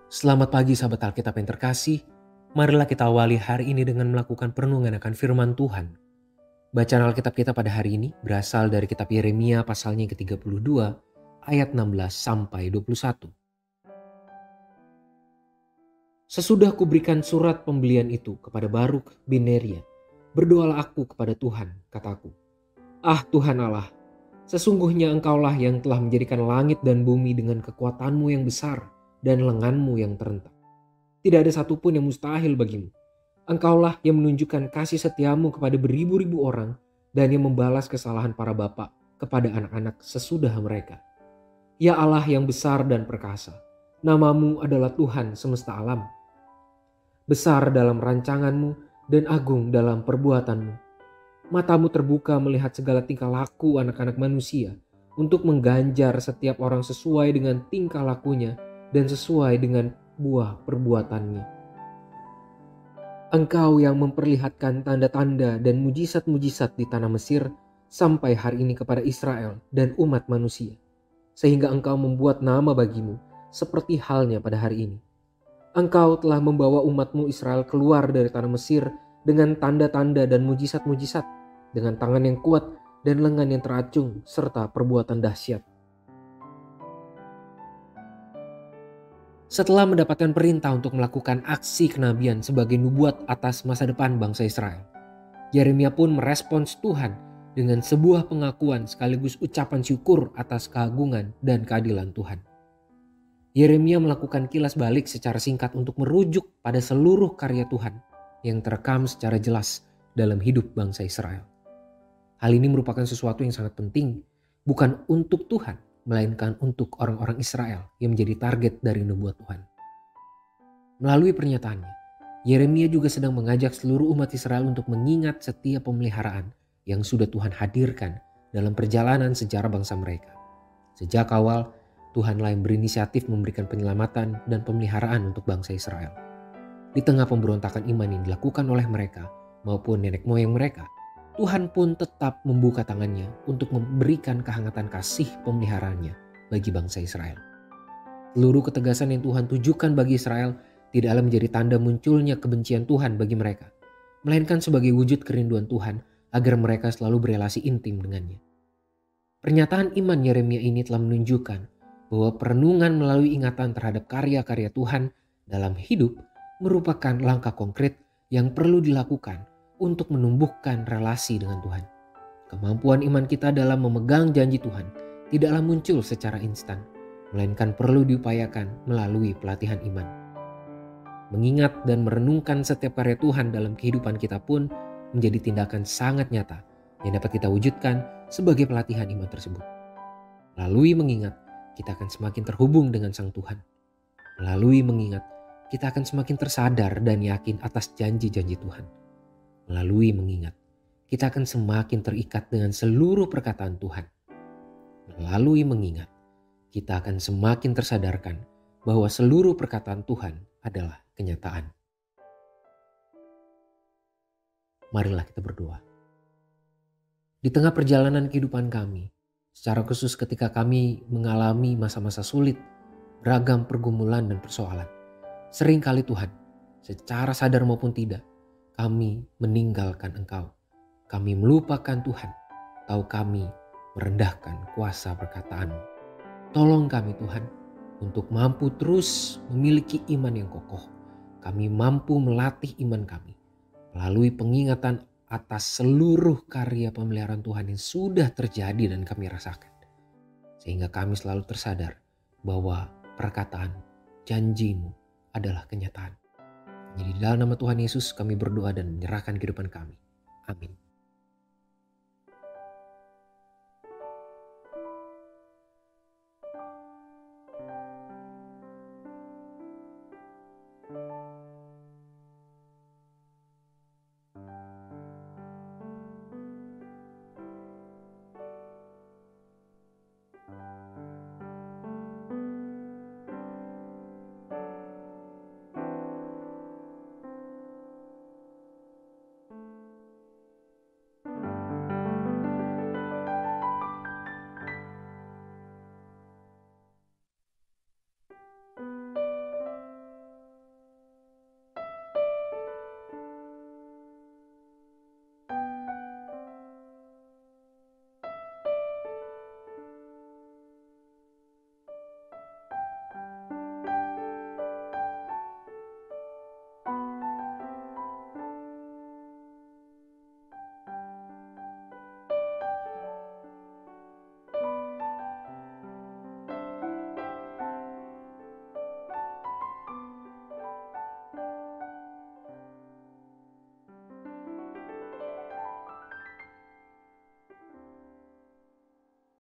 Selamat pagi sahabat Alkitab yang terkasih. Marilah kita awali hari ini dengan melakukan perenungan akan firman Tuhan. Bacaan Alkitab kita pada hari ini berasal dari kitab Yeremia pasalnya ke-32 ayat 16 sampai 21. Sesudah kuberikan surat pembelian itu kepada Baruk bin Neria, berdoalah aku kepada Tuhan, kataku. Ah Tuhan Allah, sesungguhnya Engkaulah yang telah menjadikan langit dan bumi dengan kekuatanmu yang besar dan lenganmu yang terentak. Tidak ada satupun yang mustahil bagimu. Engkaulah yang menunjukkan kasih setiamu kepada beribu-ribu orang dan yang membalas kesalahan para bapak kepada anak-anak sesudah mereka. Ya Allah yang besar dan perkasa, namamu adalah Tuhan semesta alam. Besar dalam rancanganmu dan agung dalam perbuatanmu. Matamu terbuka melihat segala tingkah laku anak-anak manusia untuk mengganjar setiap orang sesuai dengan tingkah lakunya dan sesuai dengan buah perbuatannya. Engkau yang memperlihatkan tanda-tanda dan mujizat-mujizat di tanah Mesir sampai hari ini kepada Israel dan umat manusia, sehingga engkau membuat nama bagimu seperti halnya pada hari ini. Engkau telah membawa umatmu Israel keluar dari tanah Mesir dengan tanda-tanda dan mujizat-mujizat, dengan tangan yang kuat dan lengan yang teracung serta perbuatan dahsyat. Setelah mendapatkan perintah untuk melakukan aksi kenabian sebagai nubuat atas masa depan bangsa Israel, Yeremia pun merespons Tuhan dengan sebuah pengakuan sekaligus ucapan syukur atas keagungan dan keadilan Tuhan. Yeremia melakukan kilas balik secara singkat untuk merujuk pada seluruh karya Tuhan yang terekam secara jelas dalam hidup bangsa Israel. Hal ini merupakan sesuatu yang sangat penting, bukan untuk Tuhan, melainkan untuk orang-orang Israel yang menjadi target dari nubuat Tuhan. Melalui pernyataannya, Yeremia juga sedang mengajak seluruh umat Israel untuk mengingat setiap pemeliharaan yang sudah Tuhan hadirkan dalam perjalanan sejarah bangsa mereka. Sejak awal, Tuhanlah yang berinisiatif memberikan penyelamatan dan pemeliharaan untuk bangsa Israel. Di tengah pemberontakan iman yang dilakukan oleh mereka maupun nenek moyang mereka, Tuhan pun tetap membuka tangannya untuk memberikan kehangatan kasih pemeliharaannya bagi bangsa Israel. Seluruh ketegasan yang Tuhan tujukan bagi Israel tidaklah menjadi tanda munculnya kebencian Tuhan bagi mereka, melainkan sebagai wujud kerinduan Tuhan agar mereka selalu berelasi intim dengannya. Pernyataan iman Yeremia ini telah menunjukkan bahwa perenungan melalui ingatan terhadap karya-karya Tuhan dalam hidup merupakan langkah konkret yang perlu dilakukan untuk menumbuhkan relasi dengan Tuhan. Kemampuan iman kita dalam memegang janji Tuhan tidaklah muncul secara instan, melainkan perlu diupayakan melalui pelatihan iman. Mengingat dan merenungkan setiap karya Tuhan dalam kehidupan kita pun menjadi tindakan sangat nyata yang dapat kita wujudkan sebagai pelatihan iman tersebut. Melalui mengingat, kita akan semakin terhubung dengan Sang Tuhan. Melalui mengingat, kita akan semakin tersadar dan yakin atas janji-janji Tuhan. Melalui mengingat, kita akan semakin terikat dengan seluruh perkataan Tuhan. Melalui mengingat, kita akan semakin tersadarkan bahwa seluruh perkataan Tuhan adalah kenyataan. Marilah kita berdoa. Di tengah perjalanan kehidupan kami, secara khusus ketika kami mengalami masa-masa sulit, beragam pergumulan dan persoalan, seringkali Tuhan, secara sadar maupun tidak, kami meninggalkan Engkau. Kami melupakan Tuhan, atau kami merendahkan kuasa perkataan-Mu. Tolong kami Tuhan, untuk mampu terus memiliki iman yang kokoh. Kami mampu melatih iman kami melalui pengingatan atas seluruh karya pemeliharaan Tuhan yang sudah terjadi dan kami rasakan. Sehingga kami selalu tersadar bahwa perkataan janji-Mu adalah kenyataan. Jadi dalam nama Tuhan Yesus kami berdoa dan menyerahkan kehidupan kami. Amin.